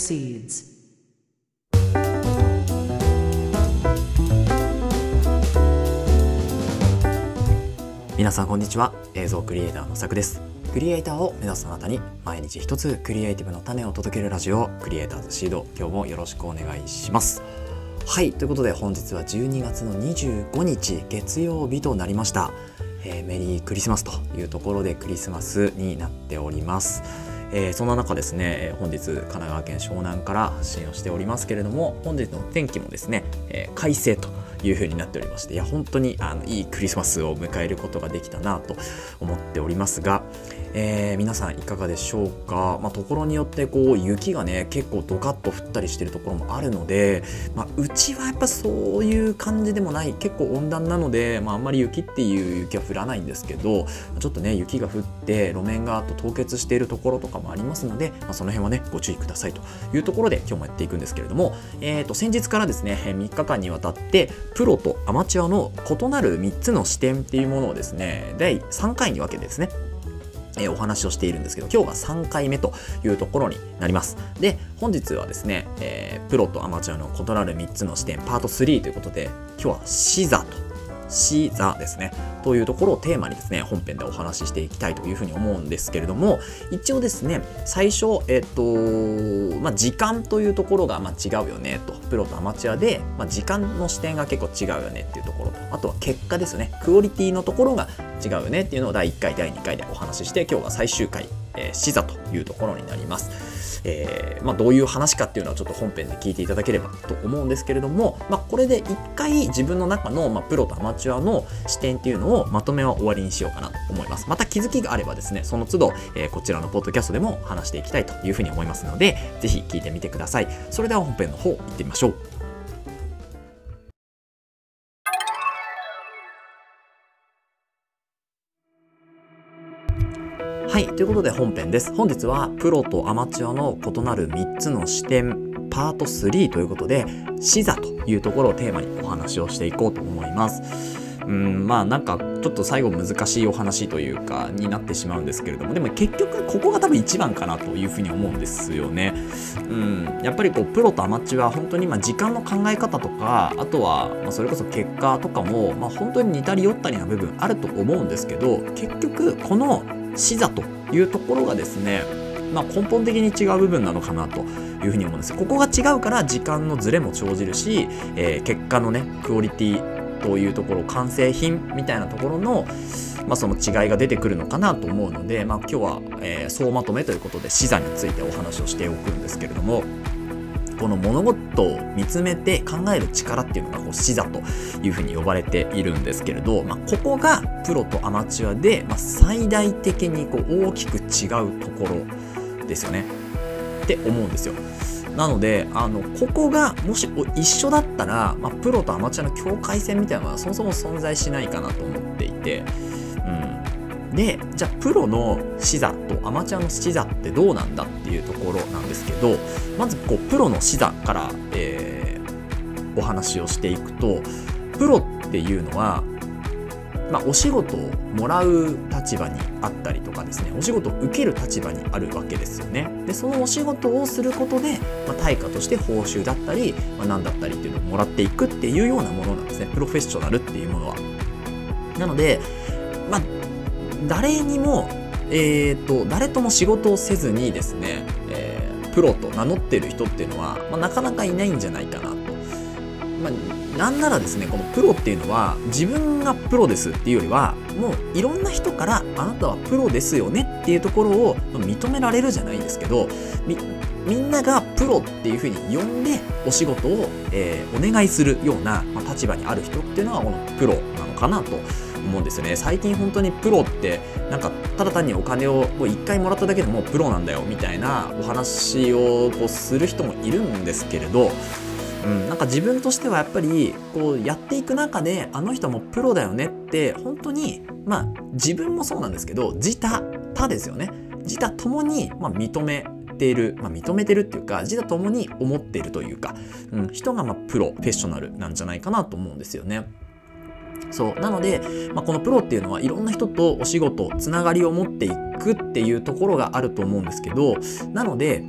proceeds. 皆さんこんにちは。映像クリエイターのさくです。クリエイターを目指すあなたに毎日一つクリエイティブの種を届けるラジオクリエイターズシード、今日もよろしくお願いします。はい、ということで本日は12月の25日月曜日となりました。メリークリスマスというところでクリスマスになっております。そんな中ですね、本日神奈川県湘南から発信をしておりますけれども、本日の天気もですね、快晴という風になっておりまして、いや本当にいいクリスマスを迎えることができたなと思っておりますが、皆さんいかがでしょうか。ところによって雪がね結構ドカッと降ったりしているところもあるので、うちはやっぱそういう感じでもない、結構温暖なので、あんまり雪っていう雪は降らないんですけど、ちょっとね雪が降って路面が凍結しているところとかもありますので、その辺はねご注意くださいというところで今日もやっていくんですけれども、先日からですね3日間にわたってプロとアマチュアの異なる3つの視点っていうものをですね第3回に分けてですねお話をしているんですけど、今日が3回目というところになります。で、本日はですね、プロとアマチュアの異なる3つの視点パート3ということで、今日は視座ですねというところをテーマにですね本編でお話ししていきたいというふうに思うんですけれども、一応ですね最初時間というところが違うよねと、プロとアマチュアで、時間の視点が結構違うよねっていうところと、あとは結果ですよね、クオリティのところが違うよねっていうのを第1回第2回でお話しして、今日が最終回視座というところになります。どういう話かっていうのはちょっと本編で聞いていただければと思うんですけれども、これで一回自分の中の、プロとアマチュアの視点っていうのをまとめは終わりにしようかなと思います。また気づきがあればですねその都度、こちらのポッドキャストでも話していきたいというふうに思いますので、ぜひ聞いてみてください。それでは本編の方行ってみましょう。はい、ということで本編です。本日はプロとアマチュアの異なる3つの視点パート3ということで、視座というところをテーマにお話をしていこうと思います。なんかちょっと最後難しいお話というかになってしまうんですけれども、でも結局ここが多分一番かなというふうに思うんですよね。やっぱりプロとアマチュア本当に時間の考え方とか、あとはそれこそ結果とかも本当に似たり寄ったりな部分あると思うんですけど、結局この視座というところがですね、根本的に違う部分なのかなというふうに思うんです。ここが違うから時間のズレも生じるし、結果のねクオリティというところ、完成品みたいなところの、その違いが出てくるのかなと思うので、今日は、総まとめということで視座についてお話をしておくんですけれども、この物事を見つめて考える力っていうのが視座というふうに呼ばれているんですけれど、ここがプロとアマチュアで、最大的に大きく違うところですよねって思うんですよ。なのでここがもし一緒だったら、プロとアマチュアの境界線みたいなのはそもそも存在しないかなと思っていて、でじゃあプロの視座とアマチュアの視座ってどうなんだっていうところなんですけど、まずプロの視座から、お話をしていくと、プロっていうのはお仕事をもらう立場にあったりとかですね、お仕事を受ける立場にあるわけですよね。でそのお仕事をすることで、対価として報酬だったり、何だったりっていうのをもらっていくっていうようなものなんですね、プロフェッショナルっていうものは。なので誰にも、誰とも仕事をせずにですね、プロと名乗ってる人っていうのは、なかなかいないんじゃないかなと。なんならですね、このプロっていうのは自分がプロですっていうよりは、もういろんな人からあなたはプロですよねっていうところを認められるじゃないですけど、みんながプロっていうふうに呼んでお仕事を、お願いするような、立場にある人っていうのはこのプロなのかなと思うんですよね。最近本当にプロってなんかただ単にお金を1回もらっただけでもうプロなんだよみたいなお話をする人もいるんですけれど、なんか自分としてはやっぱりやっていく中で、あの人もプロだよねって本当に自分もそうなんですけど、自他ですよね、自他ともに認めている、認めてるっていうか、自他ともに思っているというか、人がプロフェッショナルなんじゃないかなと思うんですよね。そうなので、このプロっていうのはいろんな人とお仕事つながりを持っていくっていうところがあると思うんですけど、なので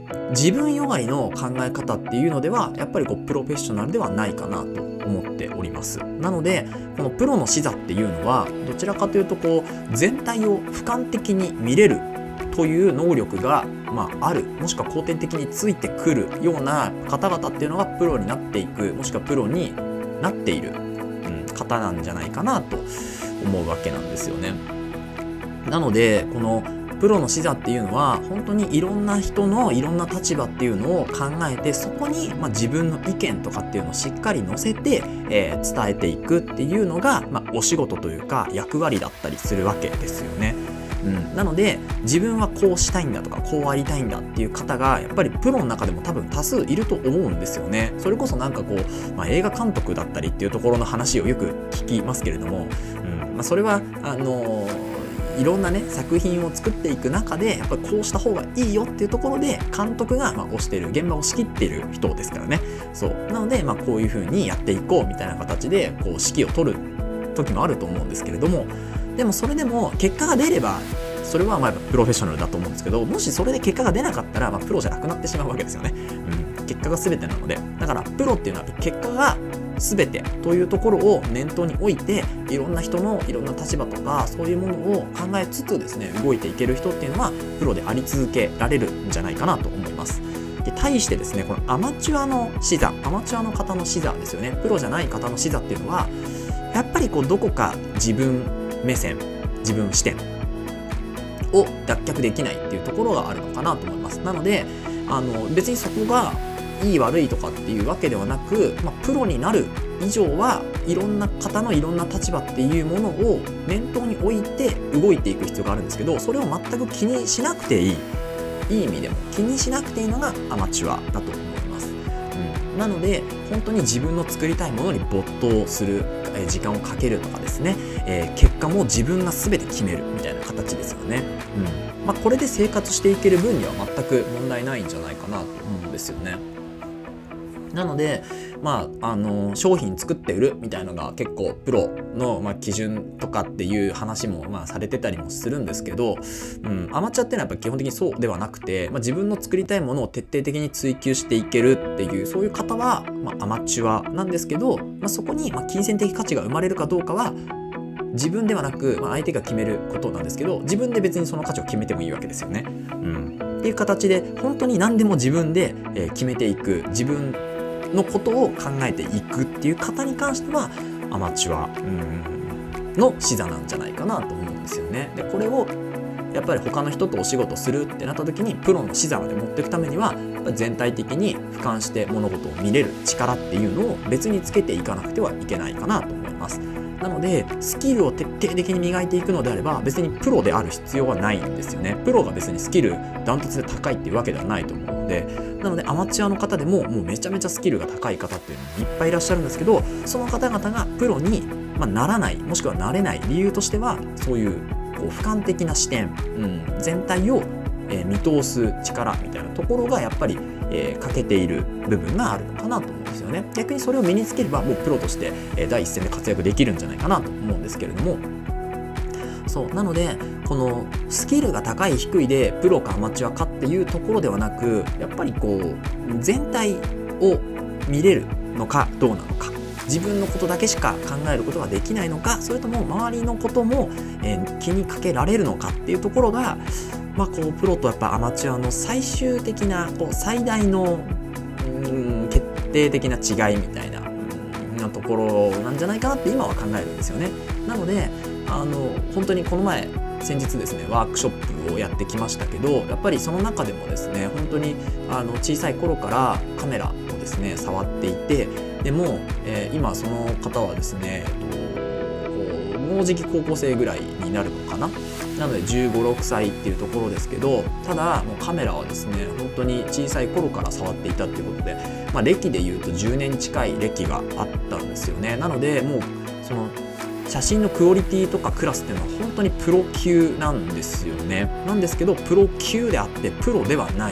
自分よがりの考え方っていうのではやっぱりプロフェッショナルではないかなと思っております。なのでこのプロの視座っていうのはどちらかというと全体を俯瞰的に見れるという能力が、ある、もしくは後天的についてくるような方々っていうのがプロになっていく、もしくはプロになっている、方なんじゃないかなと思うわけなんですよね。なのでこのプロの視座っていうのは本当にいろんな人のいろんな立場っていうのを考えて、そこに自分の意見とかっていうのをしっかり乗せて、伝えていくっていうのが、お仕事というか役割だったりするわけですよね。なので自分はこうしたいんだとかこうありたいんだっていう方がやっぱりプロの中でも多分多数いると思うんですよね。それこそ映画監督だったりっていうところの話をよく聞きますけれども、それはいろんなね作品を作っていく中でやっぱりこうした方がいいよっていうところで監督が推している、現場を仕切っている人ですからね。そうなのでこういう風にやっていこうみたいな形で指揮を取る時もあると思うんですけれども、でもそれでも結果が出ればそれはやっぱプロフェッショナルだと思うんですけど、もしそれで結果が出なかったらプロじゃなくなってしまうわけですよね。結果が全てなので、だからプロっていうのは結果が全てというところを念頭に置いて、いろんな人のいろんな立場とかそういうものを考えつつですね動いていける人っていうのはプロであり続けられるんじゃないかなと思います。で対してですねこのアマチュアの視座、アマチュアの方の視座ですよね。プロじゃない方の視座っていうのはやっぱりどこか自分目線、自分視点を脱却できないっていうところがあるのかなと思います。なので別にそこがいい悪いとかっていうわけではなく、プロになる以上はいろんな方のいろんな立場っていうものを念頭に置いて動いていく必要があるんですけど、それを全く気にしなくていい、いい意味でも気にしなくていいのがアマチュアだと思います。なので本当に自分の作りたいものに没頭する、時間をかけるとかですね、結果も自分が全て決めるみたいな形ですよね。これで生活していける分には全く問題ないんじゃないかなと思うんですよね。なので商品作って売るみたいなのが結構プロの基準とかっていう話もされてたりもするんですけど、アマチュアっていうのはやっぱ基本的にそうではなくて、自分の作りたいものを徹底的に追求していけるっていうそういう方はアマチュアなんですけど、そこに金銭的価値が生まれるかどうかは自分ではなく、相手が決めることなんですけど、自分で別にその価値を決めてもいいわけですよね。っていう形で本当に何でも自分で決めていく、自分のことを考えていくっていう方に関してはアマチュアの視座なんじゃないかなと思うんですよね。でこれをやっぱり他の人とお仕事するってなった時にプロの視座まで持っていくためには全体的に俯瞰して物事を見れる力っていうのを別につけていかなくてはいけないかなと思います。なのでスキルを徹底的に磨いていくのであれば別にプロである必要はないんですよね。プロが別にスキルダントツで高いっていうわけではないと思うので、なのでアマチュアの方でももうめちゃめちゃスキルが高い方っていうのもいっぱいいらっしゃるんですけど、その方々がプロにならない、もしくはなれない理由としてはそういう俯瞰的な視点、全体を見通す力みたいなところがやっぱり欠けている部分があるのかなと思うんですよね。逆にそれを身につければもうプロとして第一線で活躍できるんじゃないかなと思うんですけれども、そうなのでこのスキルが高い低いでプロかアマチュアかっていうところではなく、やっぱり全体を見れるのかどうなのか、自分のことだけしか考えることができないのか、それとも周りのことも気にかけられるのかっていうところがプロとやっぱアマチュアの最終的な最大の決定的な違いみたいなところなんじゃないかなって今は考えるんですよね。なので本当にこの前先日ですねワークショップをやってきましたけど、やっぱりその中でもですね本当に小さい頃からカメラをですね触っていて、でも、今その方はですねもうじき高校生ぐらいになるのかな。なので15、16歳っていうところですけど、ただもうカメラはですね本当に小さい頃から触っていたっていうことで、歴でいうと10年近い歴があったんですよね。なのでもうその写真のクオリティとかクラスっていうのは本当にプロ級なんですよね。なんですけどプロ級であってプロではない。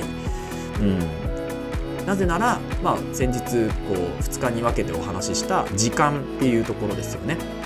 なぜなら、先日2日に分けてお話しした時間っていうところですよね。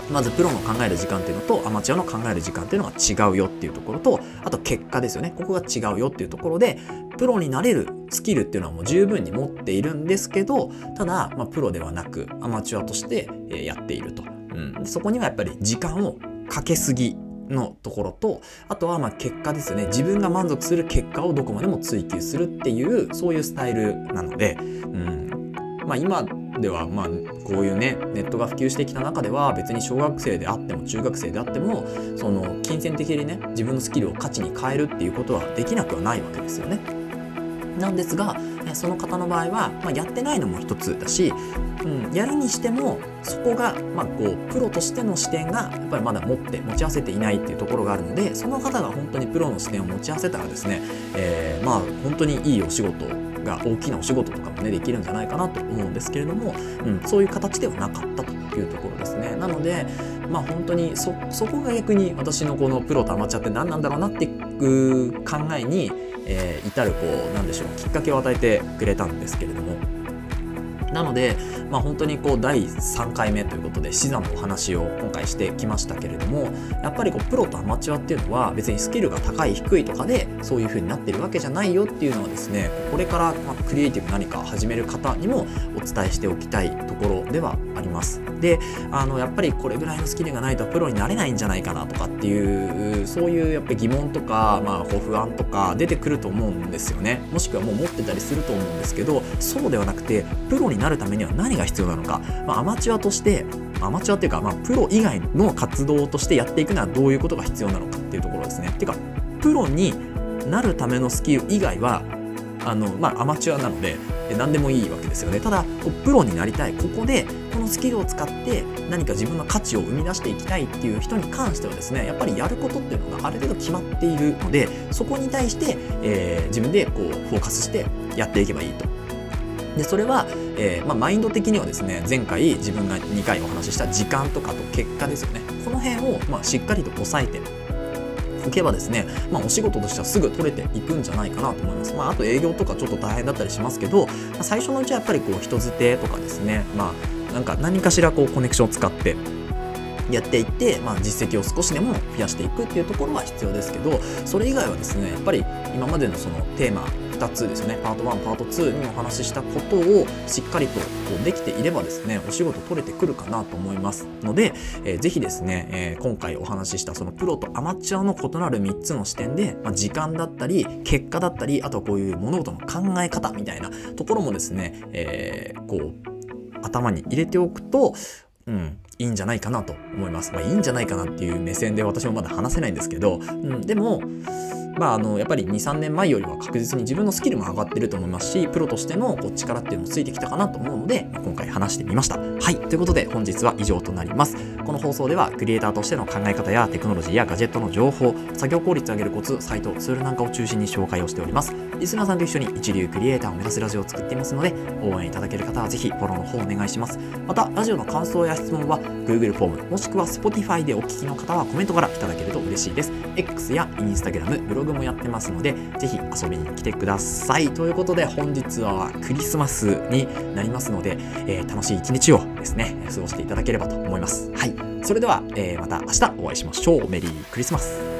まずプロの考える時間っていうのとアマチュアの考える時間っていうのが違うよっていうところと、あと結果ですよね。ここが違うよっていうところで、プロになれるスキルっていうのはもう十分に持っているんですけど、ただ、プロではなくアマチュアとしてやっていると。そこにはやっぱり時間をかけすぎのところと、あとは結果ですよね。自分が満足する結果をどこまでも追求するっていう、そういうスタイルなので、今ではこういうね、ネットが普及してきた中では、別に小学生であっても中学生であっても、その金銭的にね、自分のスキルを価値に変えるっていうことはできなくはないわけですよね。なんですが、その方の場合は、やってないのも一つだし、やるにしてもそこが、プロとしての視点がやっぱりまだ持ち合わせていないっていうところがあるので、その方が本当にプロの視点を持ち合わせたらですね、本当にいいお仕事が、大きなお仕事とかもねできるんじゃないかなと思うんですけれども、そういう形ではなかったというところですね。なので本当にそこが逆に私のこのプロとアマチュアって何なんだろうなっていう考えに至るなんでしょう、きっかけを与えてくれたんですけれども、なので本当に第3回目ということで視座のお話を今回してきましたけれども、やっぱりプロとアマチュアっていうのは別にスキルが高い低いとかでそういう風になってるわけじゃないよっていうのはですね、これからクリエイティブ何か始める方にもお伝えしておきたいところではあります。で、やっぱりこれぐらいのスキルがないとプロになれないんじゃないかなとかっていう、そういうやっぱり疑問とか、不安とか出てくると思うんですよね。もしくはもう持ってたりすると思うんですけど、そうではなくて、プロになるためには何が必要なのか、アマチュアとしてアマチュアっていうか、プロ以外の活動としてやっていくのはどういうことが必要なのかっていうところですね。っていうか、プロになるためのスキル以外はアマチュアなので何でもいいわけですよね。ただプロになりたい、ここでこのスキルを使って何か自分の価値を生み出していきたいっていう人に関してはですね、やっぱりやることっていうのがある程度決まっているので、そこに対して、自分でフォーカスしてやっていけばいいと。でそれは、マインド的にはですね、前回自分が2回お話しした時間とかと結果ですよね。この辺をしっかりと抑えておけばですね、お仕事としてはすぐ取れていくんじゃないかなと思います。あと営業とかちょっと大変だったりしますけど、最初のうちはやっぱり人づてとかですね、何かしらコネクションを使ってやっていって、実績を少しでも増やしていくっていうところは必要ですけど、それ以外はですね、やっぱり今までのそのテーマ2つですよね、パート1、パート2にお話ししたことをしっかりとできていればですね、お仕事取れてくるかなと思いますので、ぜひですね、今回お話ししたそのプロとアマチュアの異なる3つの視点で、時間だったり結果だったり、あとこういう物事の考え方みたいなところもですね、頭に入れておくといいんじゃないかなと思います。いいんじゃないかなっていう目線で私もまだ話せないんですけど、でもやっぱり 2,3 年前よりは確実に自分のスキルも上がってると思いますし、プロとしての力っていうのもついてきたかなと思うので、今回話してみました。はい、ということで本日は以上となります。この放送ではクリエイターとしての考え方やテクノロジーやガジェットの情報、作業効率を上げるコツ、サイト、ツールなんかを中心に紹介をしております。リスナーさんと一緒に一流クリエイターを目指すラジオを作っていますので、応援いただける方はぜひフォローの方お願いします。またラジオの感想や質問は Google フォームもしくは Spotify でお聞きの方はコメントからいただけると嬉しいです。 X や Instagram、ブログもやってますので、ぜひ遊びに来てください。ということで本日はクリスマスになりますので、楽しい一日をですね過ごしていただければと思います。はい、それでは、また明日お会いしましょう。メリークリスマス。